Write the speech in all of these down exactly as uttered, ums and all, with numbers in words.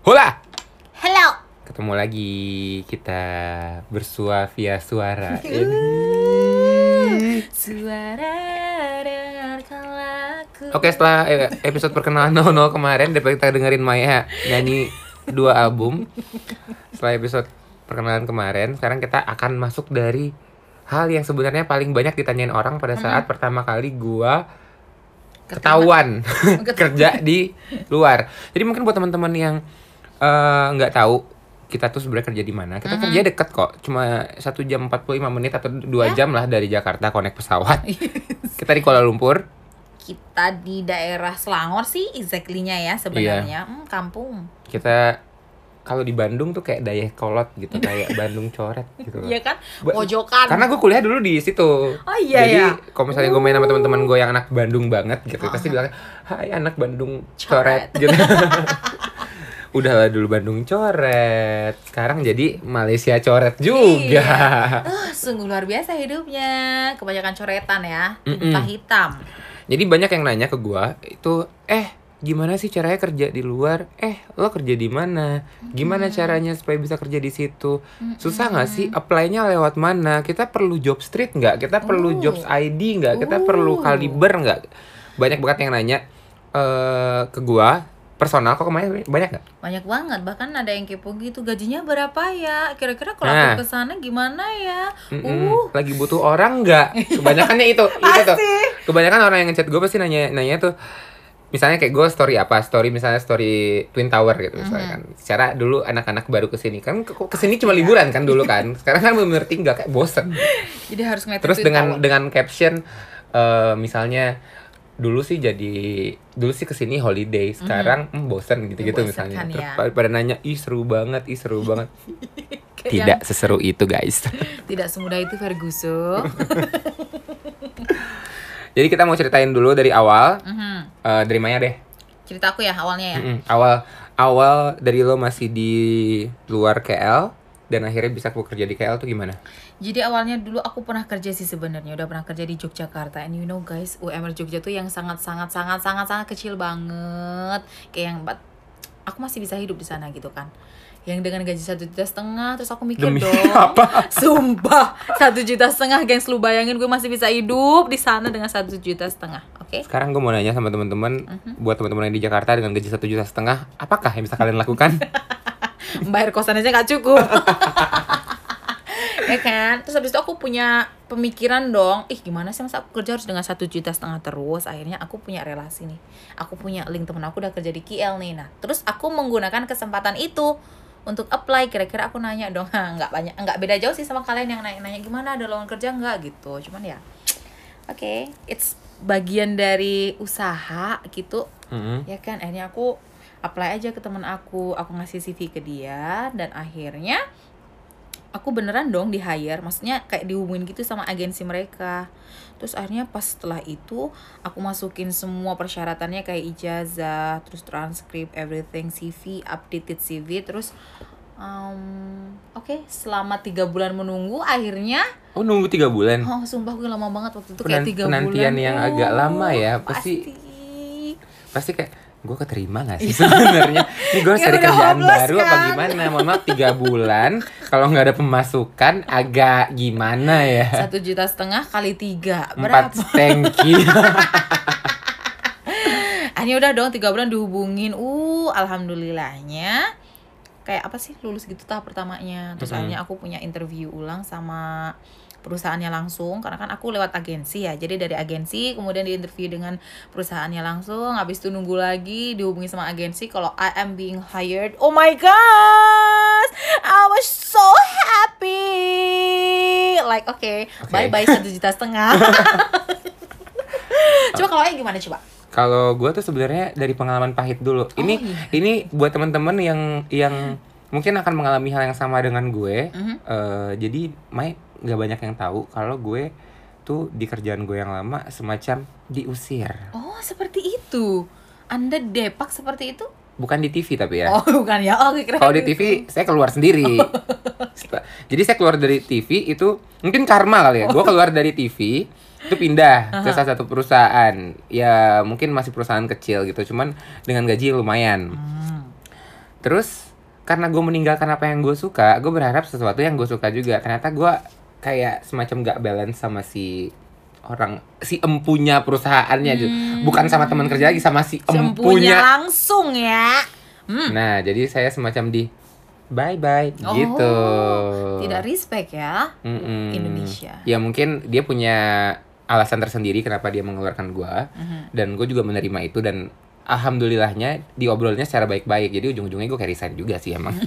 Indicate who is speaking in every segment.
Speaker 1: Hola!
Speaker 2: Hello.
Speaker 1: Ketemu lagi kita bersua via suara.
Speaker 2: Suara dengarkanlah aku.
Speaker 1: Oke, setelah eh, episode perkenalan nol nol kemarin, daripada kita dengerin Maya nyanyi dua album. Setelah episode perkenalan kemarin, sekarang kita akan masuk dari hal yang sebenarnya paling banyak ditanyain orang pada saat hmm. pertama kali gua ketahuan kerja di luar. Jadi mungkin buat teman-teman yang nggak uh, tahu kita tuh sebenarnya kerja di mana. Kita mm-hmm. kerja deket kok, cuma satu jam empat puluh lima menit atau dua
Speaker 2: ya?
Speaker 1: jam lah dari Jakarta connect pesawat. Kita di Kuala Lumpur.
Speaker 2: Kita di daerah Selangor sih, exactly-nya ya sebenarnya. Iya. Hmm, kampung.
Speaker 1: Kita kalau di Bandung tuh kayak Dayakolot gitu, kayak Bandung coret gitu.
Speaker 2: Iya kan? Pojokan.
Speaker 1: Karena gue kuliah dulu di situ.
Speaker 2: Oh iya.
Speaker 1: Jadi
Speaker 2: ya?
Speaker 1: kalau misalnya gue main sama teman-teman gue yang anak Bandung banget gitu, oh. pasti bilang, "Hai anak Bandung coret." coret gitu. Udah lah dulu Bandung coret, sekarang jadi Malaysia coret juga.
Speaker 2: Iya. Uh, sungguh luar biasa hidupnya, kebanyakan coretan ya, tinta hitam.
Speaker 1: Jadi banyak yang nanya ke gua itu, eh gimana sih caranya kerja di luar? Eh lo kerja di mana? Gimana mm. caranya supaya bisa kerja di situ? Mm-mm. Susah nggak sih? Apply-nya lewat mana? Kita perlu job street nggak? Kita perlu uh. jobs I D nggak? Kita uh. perlu kaliber nggak? Banyak banget yang nanya uh, ke gua. Personal kok kemarin banyak gak?
Speaker 2: Banyak banget, bahkan ada yang kepo gitu, gajinya berapa ya? Kira-kira kalau nah. aku kesana gimana ya?
Speaker 1: Mm-mm. Uh Lagi butuh orang gak? Kebanyakannya itu itu tuh. Kebanyakan orang yang ngechat gue pasti nanya nanya tuh, misalnya kayak gue story apa? Story misalnya story Twin Tower gitu misalnya mm-hmm. kan. Secara dulu anak-anak baru kesini kan, kesini cuma liburan kan dulu kan. Sekarang kan bener-bener tinggal kayak bosen.
Speaker 2: Jadi harus ngeliat
Speaker 1: Terus
Speaker 2: Twin
Speaker 1: dengan
Speaker 2: Tower.
Speaker 1: dengan caption uh, misalnya dulu sih jadi dulu sih kesini holiday, sekarang mm. hmm, bosen gitu-gitu misalnya.
Speaker 2: Kan,
Speaker 1: terus
Speaker 2: ya.
Speaker 1: pada nanya, ih seru banget, ih seru banget. Tidak yang... seseru itu guys.
Speaker 2: Tidak semudah itu Ferguson.
Speaker 1: Jadi kita mau ceritain dulu dari awal.
Speaker 2: Mm-hmm.
Speaker 1: uh, Dari Maya deh.
Speaker 2: Cerita aku ya awalnya ya.
Speaker 1: Mm-hmm. Awal awal dari lo masih di luar K L dan akhirnya bisa bekerja di K L tuh gimana?
Speaker 2: Jadi awalnya dulu aku pernah kerja sih sebenarnya, udah pernah kerja di Yogyakarta. And you know guys, U M R Jogja tuh yang sangat-sangat-sangat-sangat-sangat kecil banget. Kayak yang aku masih bisa hidup di sana gitu kan. Yang dengan gaji satu juta setengah, terus aku mikir
Speaker 1: Demi
Speaker 2: dong,
Speaker 1: apa?
Speaker 2: Sumpah, satu juta setengah, gengs, lu bayangin gue masih bisa hidup di sana dengan satu juta setengah, oke? Okay?
Speaker 1: Sekarang gue mau nanya sama teman-teman, uh-huh. buat teman-teman yang di Jakarta dengan gaji satu juta setengah, apakah yang bisa kalian lakukan?
Speaker 2: Bayar kosan aja nggak cukup. Ya kan, terus habis itu aku punya pemikiran dong, ih gimana sih masa aku kerja harus dengan satu juta setengah terus. Akhirnya aku punya relasi nih, aku punya link temen aku udah kerja di K L nih. Nah terus aku menggunakan kesempatan itu untuk apply. Kira-kira aku nanya dong, nggak banyak, nggak beda jauh sih sama kalian yang nanya-nanya gimana ada lowongan kerja nggak gitu. Cuman ya oke, okay, it's bagian dari usaha gitu. Mm-hmm. Ya kan, akhirnya aku apply aja ke teman aku, aku ngasih C V ke dia, dan akhirnya aku beneran dong di hire, maksudnya kayak dihubungin gitu sama agensi mereka. Terus akhirnya pas setelah itu aku masukin semua persyaratannya kayak ijazah, terus transkrip, everything, C V, updated C V, terus um, oke okay, selama tiga bulan menunggu akhirnya.
Speaker 1: Oh nunggu tiga bulan?
Speaker 2: Oh sumpah gue lama banget waktu itu.
Speaker 1: Penan-
Speaker 2: kayak tiga bulan.
Speaker 1: Penantian yang oh, agak lama ya, pasti.
Speaker 2: Pasti,
Speaker 1: pasti kayak gue keterima gak sih sebenarnya? Ini gue harus cari kerjaan baru kan? Apa gimana? Mohon maaf tiga bulan kalau nggak ada pemasukan agak gimana ya?
Speaker 2: Satu juta setengah kali tiga
Speaker 1: berapa? Empat stengki.
Speaker 2: Akhirnya udah dong tiga bulan dihubungin. Uh, alhamdulillahnya kayak apa sih lulus gitu tahap pertamanya. Terus mm-hmm. akhirnya aku punya interview ulang sama perusahaannya langsung, karena kan aku lewat agensi ya, jadi dari agensi kemudian diinterview dengan perusahaannya langsung, habis itu nunggu lagi dihubungi sama agensi kalau I am being hired. Oh my god, I was so happy, like oke okay, okay. bye bye satu juta setengah. Coba kalau Ayah gimana coba?
Speaker 1: Kalau gue tuh sebenarnya dari pengalaman pahit dulu. Oh, ini iya. Ini buat teman-teman yang yang mungkin akan mengalami hal yang sama dengan gue. Mm-hmm. Uh, jadi Mai nggak banyak yang tahu kalau gue tuh di kerjaan gue yang lama semacam diusir.
Speaker 2: Oh seperti itu. Anda depak seperti itu?
Speaker 1: Bukan di T V tapi ya.
Speaker 2: Oh bukan ya. Oh,
Speaker 1: kalau di T V saya keluar sendiri. Jadi saya keluar dari T V itu mungkin karma kali ya. Gue keluar dari T V itu pindah uh-huh. ke salah satu perusahaan. Ya mungkin masih perusahaan kecil gitu. Cuman dengan gaji lumayan. Hmm. Terus karena gue meninggalkan apa yang gue suka, gue berharap sesuatu yang gue suka juga. Ternyata gue kayak semacam gak balance sama si orang, si empunya perusahaannya gitu. Bukan sama teman kerja lagi, sama si
Speaker 2: Sempunya
Speaker 1: empunya.
Speaker 2: langsung ya. Hmm.
Speaker 1: Nah, jadi saya semacam di bye-bye
Speaker 2: Oh,
Speaker 1: gitu.
Speaker 2: Tidak respect ya.
Speaker 1: Mm-mm.
Speaker 2: Indonesia.
Speaker 1: Ya mungkin dia punya alasan tersendiri kenapa dia mengeluarkan gue.
Speaker 2: Mhm.
Speaker 1: Dan gue juga menerima itu, dan alhamdulillahnya diobrolnya secara baik-baik. Jadi ujung-ujungnya gue kayak resign juga sih emang.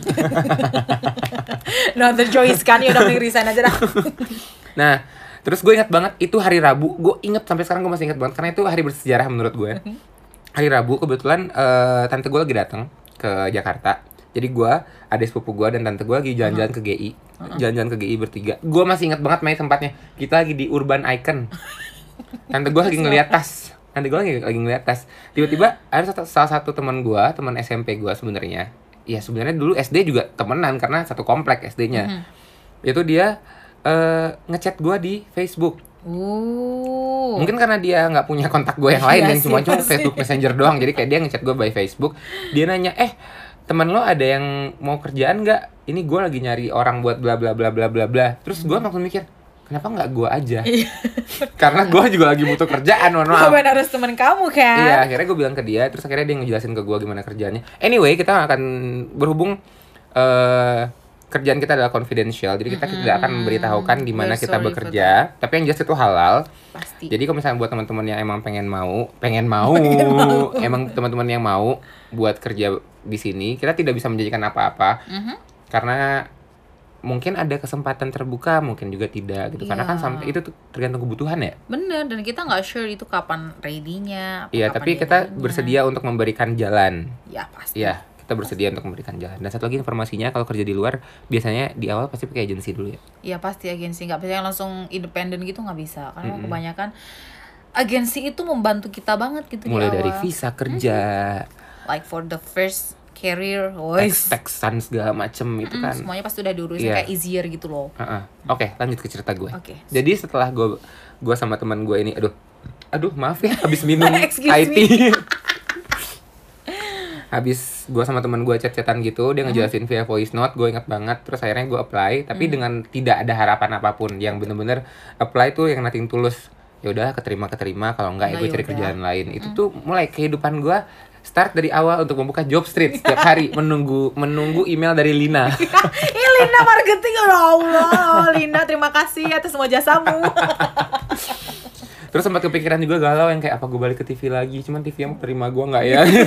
Speaker 2: No other choice kan, ya udah mending resign aja dah.
Speaker 1: Nah, terus gue ingat banget itu hari Rabu. Gue inget sampai sekarang, gue masih inget banget karena itu hari bersejarah menurut gue. Hari Rabu kebetulan eh, tante gue lagi datang ke Jakarta. Jadi gue, adik sepupu gue dan tante gue lagi jalan-jalan ke G I. Jalan-jalan ke G I bertiga. Gue masih inget banget main tempatnya. Kita lagi di Urban Icon. Tante gue lagi ngeliat tas. Tante gue lagi, lagi ngeliat tas. Tiba-tiba ada satu, salah satu teman gue, teman S M P gue sebenarnya. Ya sebenarnya dulu S D juga temenan karena satu komplek S D-nya. Itu dia eh, ngechat gue di Facebook.
Speaker 2: Uh.
Speaker 1: Mungkin karena dia nggak punya kontak gue yang lain,
Speaker 2: Iya
Speaker 1: yang
Speaker 2: sih,
Speaker 1: cuma cuma
Speaker 2: pasti.
Speaker 1: Facebook Messenger doang. Jadi kayak dia ngechat gue by Facebook. Dia nanya, eh teman lo ada yang mau kerjaan nggak? Ini gue lagi nyari orang buat bla bla bla bla bla bla. Terus gue langsung mikir, kenapa nggak gue aja?
Speaker 2: Iya.
Speaker 1: Karena gue juga lagi butuh kerjaan, mohon maaf.
Speaker 2: Bukan harus temen kamu kan?
Speaker 1: Iya, akhirnya gue bilang ke dia, terus akhirnya dia ngejelasin ke gue gimana kerjaannya. Anyway, kita akan berhubung eh kerjaan kita adalah confidential, jadi kita tidak akan memberitahukan di mana
Speaker 2: We're
Speaker 1: kita
Speaker 2: sorry for
Speaker 1: bekerja. Tapi yang jelas itu halal.
Speaker 2: Pasti.
Speaker 1: Jadi kalau misalnya buat teman-teman yang emang pengen mau, pengen mau, emang teman-teman yang mau buat kerja di sini, kita tidak bisa menjanjikan apa-apa.
Speaker 2: Mhm.
Speaker 1: Karena mungkin ada kesempatan terbuka, mungkin juga tidak gitu. Karena kan
Speaker 2: Iya.
Speaker 1: sampai itu tuh tergantung kebutuhan ya.
Speaker 2: Bener, dan kita nggak sure itu kapan ready-nya. apa
Speaker 1: Iya,
Speaker 2: kapan
Speaker 1: tapi kita
Speaker 2: deadline-nya.
Speaker 1: bersedia untuk memberikan jalan.
Speaker 2: Ya pasti.
Speaker 1: Iya, kita bersedia untuk memberikan jalan. Dan satu lagi informasinya, kalau kerja di luar biasanya di awal pasti pakai agensi dulu ya.
Speaker 2: Iya pasti agensi, nggak bisa yang langsung independen gitu, nggak bisa. Karena kebanyakan agensi itu membantu kita banget gitu
Speaker 1: Mulai
Speaker 2: di
Speaker 1: dari
Speaker 2: awal.
Speaker 1: visa kerja,
Speaker 2: Like for the first career, voice.
Speaker 1: tax-taxan segala macem itu kan.
Speaker 2: Semuanya pasti udah diurusin
Speaker 1: Iya.
Speaker 2: kayak easier gitu loh.
Speaker 1: Heeh. Oke, lanjut ke cerita gue.
Speaker 2: Oke.
Speaker 1: Jadi setelah gue gue sama teman gue ini, aduh, aduh maaf ya, habis minum
Speaker 2: Excuse
Speaker 1: I T. Habis gue sama teman gue chat-chatan gitu, dia ngejelasin via voice note, gue ingat banget. Terus akhirnya gue apply, tapi dengan tidak ada harapan apapun, yang bener-bener apply tuh yang nothing tulus. Ya udah, keterima keterima, kalau enggak ya gue
Speaker 2: Enggak,
Speaker 1: cari
Speaker 2: yaudah.
Speaker 1: kerjaan lain. Itu tuh mulai kehidupan gue start dari awal untuk membuka job street setiap hari, menunggu menunggu email dari Lina.
Speaker 2: Ih, Lina marketing, ya Allah. Lina, terima kasih atas semua jasamu.
Speaker 1: Terus sempat kepikiran juga galau yang kayak apa gue balik ke T V lagi, cuman T V yang terima gue nggak ya gitu.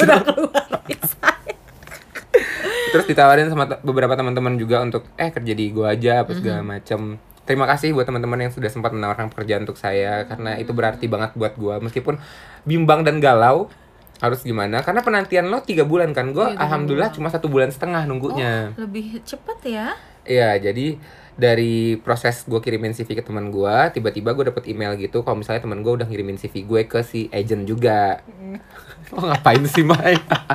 Speaker 1: Terus ditawarin sama te- beberapa teman-teman juga untuk eh kerja di gue aja apa segala macam. Terima kasih buat teman-teman yang sudah sempat menawarkan pekerjaan untuk saya, karena itu berarti banget buat gue, meskipun bimbang dan galau harus gimana, karena penantian lo tiga bulan kan, gue
Speaker 2: Tiga
Speaker 1: alhamdulillah cuma satu bulan setengah nunggunya.
Speaker 2: Oh, lebih cepet ya.
Speaker 1: Iya, jadi dari proses gue kirimin C V ke teman gue, tiba-tiba gue dapet email gitu kalau misalnya teman gue udah ngirimin C V gue ke si agent juga. Lo ngapain sih, Mai?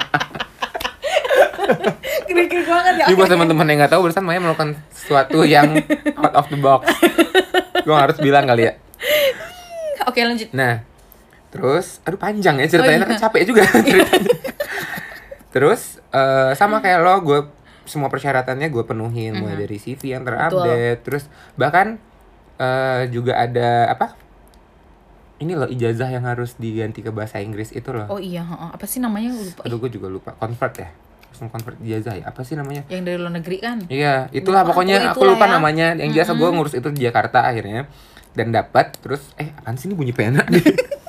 Speaker 2: Krik-krik banget ya.
Speaker 1: Ini buat teman-teman yang nggak tahu, barusan Maya melakukan sesuatu yang out of the box. Gue harus bilang kali ya.
Speaker 2: Oke, lanjut.
Speaker 1: Nah, terus, aduh panjang ya ceritanya,
Speaker 2: Oh, iya.
Speaker 1: kan capek juga ceritanya. Terus eh, sama kayak lo, gue semua persyaratannya gue penuhin, mulai dari C V yang terupdate, terus bahkan eh, juga ada apa? Ini loh ijazah yang harus diganti ke bahasa Inggris itu loh.
Speaker 2: Oh iya, heeh. Apa sih namanya? Lupa.
Speaker 1: Aduh, gue juga lupa. Convert ya? Langsung convert ijazah ya? Apa sih namanya?
Speaker 2: Yang dari luar negeri kan?
Speaker 1: Iya, itulah
Speaker 2: Lupa,
Speaker 1: pokoknya
Speaker 2: oh,
Speaker 1: aku
Speaker 2: itulah
Speaker 1: lupa
Speaker 2: ya.
Speaker 1: namanya. Yang biasa gue ngurus itu di Jakarta akhirnya, dan dapat. Terus eh apaan sih ini bunyi pena nih?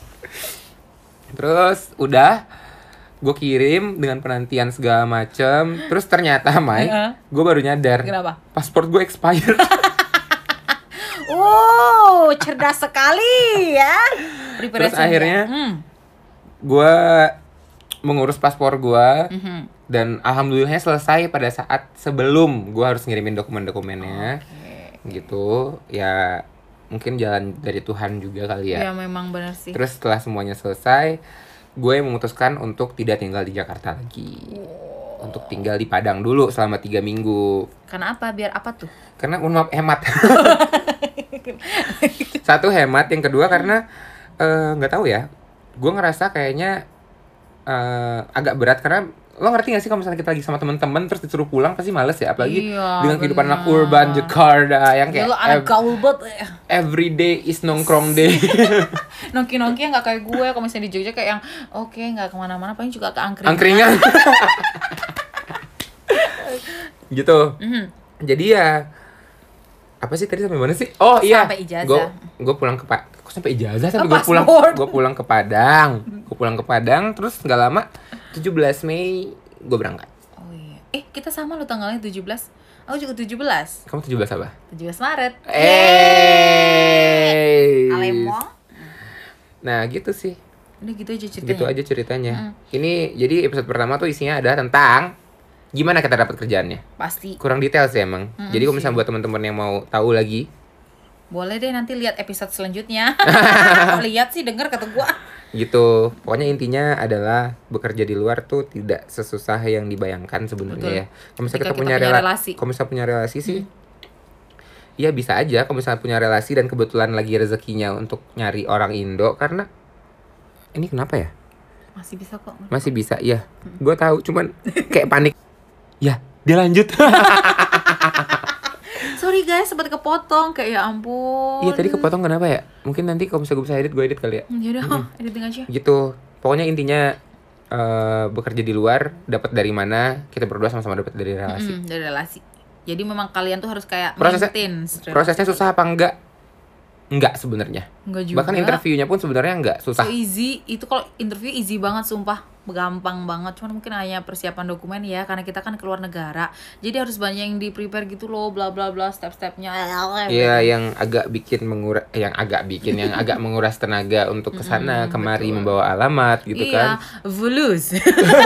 Speaker 1: Terus udah gue kirim dengan penantian segala macem. Terus ternyata Mai,
Speaker 2: Heeh.
Speaker 1: gue baru nyadar
Speaker 2: Kenapa?
Speaker 1: paspor gue expired.
Speaker 2: Oh, cerdas sekali ya. Preparation
Speaker 1: Terus akhirnya
Speaker 2: ya. Hmm.
Speaker 1: gue mengurus paspor gue,
Speaker 2: Mhm.
Speaker 1: dan alhamdulillahnya selesai pada saat sebelum gue harus ngirimin dokumen-dokumennya. Gitu ya, mungkin jalan dari Tuhan juga kali ya.
Speaker 2: Ya memang benar sih.
Speaker 1: Terus setelah semuanya selesai, gue memutuskan untuk tidak tinggal di Jakarta lagi. Untuk tinggal di Padang dulu selama tiga minggu.
Speaker 2: Karena apa? Biar apa tuh?
Speaker 1: Karena mohon maaf, hemat. Satu, hemat. Yang kedua karena eh, nggak tahu ya, gue ngerasa kayaknya eh, agak berat karena lo ngerti gak sih kalau misalnya kita lagi sama teman-teman terus disuruh pulang pasti males ya, apalagi
Speaker 2: Iya,
Speaker 1: dengan kehidupan anak
Speaker 2: benar.
Speaker 1: urban Jakarta yang kayak
Speaker 2: Lu anak
Speaker 1: ev-
Speaker 2: gaul banget ya.
Speaker 1: every day is nongkrong day.
Speaker 2: Nongki-nongki yang gak kayak gue. Kalau misalnya di Jogja kayak yang oke okay, gak kemana-mana, paling juga ke angkringan.
Speaker 1: Angkringan. Gitu.
Speaker 2: Mhm.
Speaker 1: Jadi ya apa sih tadi sampai mana sih? Oh iya.
Speaker 2: Sampai ijazah.
Speaker 1: Gue gue pulang ke Pa- kok sampai ijazah sampai
Speaker 2: Oh,
Speaker 1: gue pulang
Speaker 2: paspor.
Speaker 1: gue pulang ke Padang. Gue pulang ke Padang terus nggak lama tujuh belas Mei gue berangkat.
Speaker 2: Oh iya. Eh, kita sama lo tanggalnya tujuh belas. Aku juga tujuh belas.
Speaker 1: Kamu tujuh belas apa?
Speaker 2: tujuh belas Maret.
Speaker 1: Eh.
Speaker 2: Alemong.
Speaker 1: Nah, gitu sih.
Speaker 2: Udah gitu aja ceritanya.
Speaker 1: Gitu aja ceritanya. Ini jadi episode pertama tuh isinya ada tentang gimana kita dapat kerjaannya.
Speaker 2: Pasti.
Speaker 1: Kurang detail sih emang.
Speaker 2: Mm-mm
Speaker 1: Jadi kalau
Speaker 2: sih.
Speaker 1: misalnya buat teman-teman yang mau tahu lagi,
Speaker 2: Boleh deh nanti lihat episode selanjutnya. Kok lihat sih, denger kata gua.
Speaker 1: gitu. Pokoknya intinya adalah bekerja di luar tuh tidak sesusah yang dibayangkan sebenarnya
Speaker 2: Betul.
Speaker 1: ya. Kalau misalnya
Speaker 2: Ketika
Speaker 1: kita punya,
Speaker 2: kita punya
Speaker 1: rela-
Speaker 2: relasi.
Speaker 1: kalau misalnya punya relasi sih, ya bisa aja. Kalau misalnya punya relasi dan kebetulan lagi rezekinya untuk nyari orang Indo, karena ini kenapa ya?
Speaker 2: Masih bisa kok.
Speaker 1: Masih bisa, ya. Gue tahu, cuman kayak panik. Ya, dia lanjut.
Speaker 2: Sorry guys, sempat kepotong kayak ya ampun.
Speaker 1: Iya tadi kepotong kenapa ya? Mungkin nanti kalau misalnya gue bisa edit, gue edit kali ya.
Speaker 2: Ya udah, editing aja.
Speaker 1: Gitu. Pokoknya intinya eh, bekerja di luar, dapat dari mana? Kita berdua sama-sama dapat dari relasi.
Speaker 2: Mm, dari relasi. Jadi memang kalian tuh harus kayak
Speaker 1: Prosesnya-
Speaker 2: maintain relasi.
Speaker 1: Prosesnya susah apa enggak? Enggak sebenarnya.
Speaker 2: Enggak juga.
Speaker 1: Bahkan interviewnya pun sebenarnya enggak susah.
Speaker 2: So easy. Itu kalau interview easy banget sumpah. Gampang banget. Cuman mungkin hanya persiapan dokumen ya, karena kita kan keluar negara. Jadi harus banyak yang di prepare gitu loh, bla bla bla, step-stepnya.
Speaker 1: Iya, yang agak bikin menguras, yang agak bikin, yang agak menguras tenaga untuk kesana kemari
Speaker 2: betul.
Speaker 1: membawa alamat gitu
Speaker 2: Iya,
Speaker 1: kan.
Speaker 2: vulus.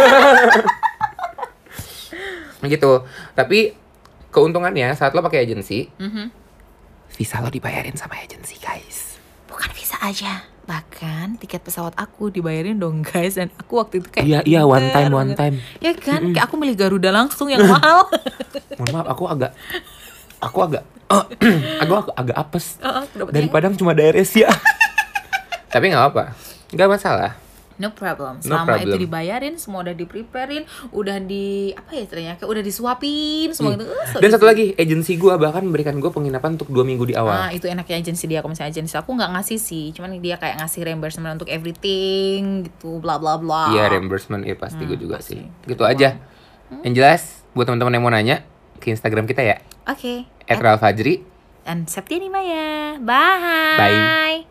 Speaker 1: Gitu. Tapi keuntungannya saat lo pakai agensi,
Speaker 2: Mhm.
Speaker 1: visa lo dibayarin sama agensi, guys.
Speaker 2: Bukan visa aja, bahkan tiket pesawat aku dibayarin dong guys. Dan aku waktu itu kayak
Speaker 1: Iya, iya, one
Speaker 2: pinter
Speaker 1: time, one
Speaker 2: banget.
Speaker 1: time.
Speaker 2: Ya kan, kayak aku milih Garuda langsung yang mahal.
Speaker 1: Mohon maaf, aku agak, aku agak, aku agak, agak apes.
Speaker 2: Oh, dapet
Speaker 1: Dari
Speaker 2: yang-
Speaker 1: Padang cuma daerah Asia. Tapi nggak apa, nggak masalah.
Speaker 2: No problem.
Speaker 1: No
Speaker 2: Selama itu
Speaker 1: problem.
Speaker 2: dibayarin, semua udah di preparein, udah di apa ya istilahnya, kayak udah disuapin semua gitu. Uh, so
Speaker 1: Dan satu
Speaker 2: easy.
Speaker 1: lagi, agensi gue bahkan memberikan gue penginapan untuk dua minggu di awal.
Speaker 2: Ah, itu enaknya agensi dia. Kalau misalnya agensi aku nggak ngasih sih, cuman dia kayak ngasih reimbursement untuk everything gitu, bla bla bla.
Speaker 1: Iya, reimbursement ya pasti gue
Speaker 2: Hmm,
Speaker 1: juga
Speaker 2: pasti.
Speaker 1: sih. Gitu aja. Yang jelas, buat teman-teman yang mau nanya ke Instagram kita ya,
Speaker 2: Oke.
Speaker 1: at Ralfajri.
Speaker 2: And Septiani Maya. Bye.
Speaker 1: Bye.